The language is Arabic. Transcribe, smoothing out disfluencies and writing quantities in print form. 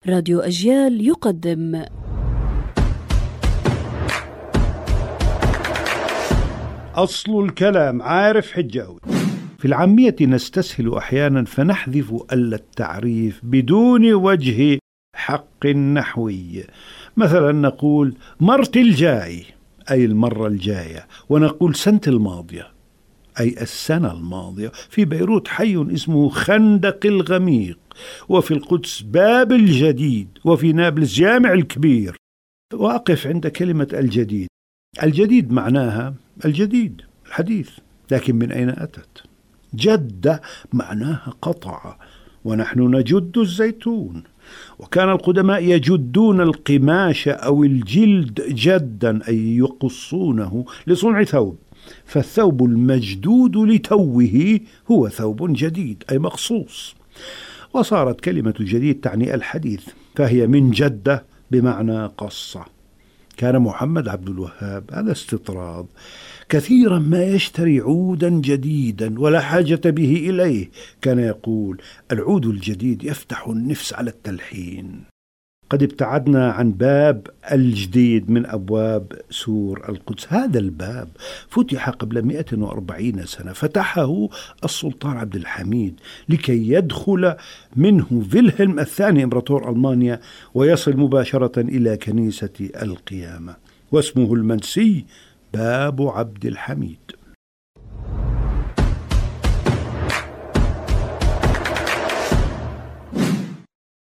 راديو أجيال يقدم أصل الكلام. عارف حجاوي. في العامية نستسهل أحيانا فنحذف التعريف بدون وجه حق نحوي. مثلا نقول مرت الجاي أي المرة الجاية، ونقول سنة الماضية أي السنة الماضية. في بيروت حي اسمه خندق الغميق، وفي القدس باب الجديد، وفي نابلس جامع الكبير. وأقف عند كلمة الجديد. الجديد معناها الجديد الحديث، لكن من أين أتت؟ جد معناها قطع، ونحن نجد الزيتون. وكان القدماء يجدون القماش أو الجلد جدا أي يقصونه لصنع ثوب، فالثوب المجدود لتوه هو ثوب جديد أي مقصوص. وصارت كلمة جديد تعني الحديث، فهي من جدة بمعنى قصة. كان محمد عبد الوهاب، هذا استطراد، كثيرا ما يشتري عودا جديدا ولا حاجة به إليه. كان يقول العود الجديد يفتح النفس على التلحين. قد ابتعدنا عن باب الجديد من أبواب سور القدس. هذا الباب فتح قبل 140 سنة، فتحه السلطان عبد الحميد لكي يدخل منه فيلهلم الثاني إمبراطور ألمانيا ويصل مباشرة إلى كنيسة القيامة، واسمه المنسي باب عبد الحميد.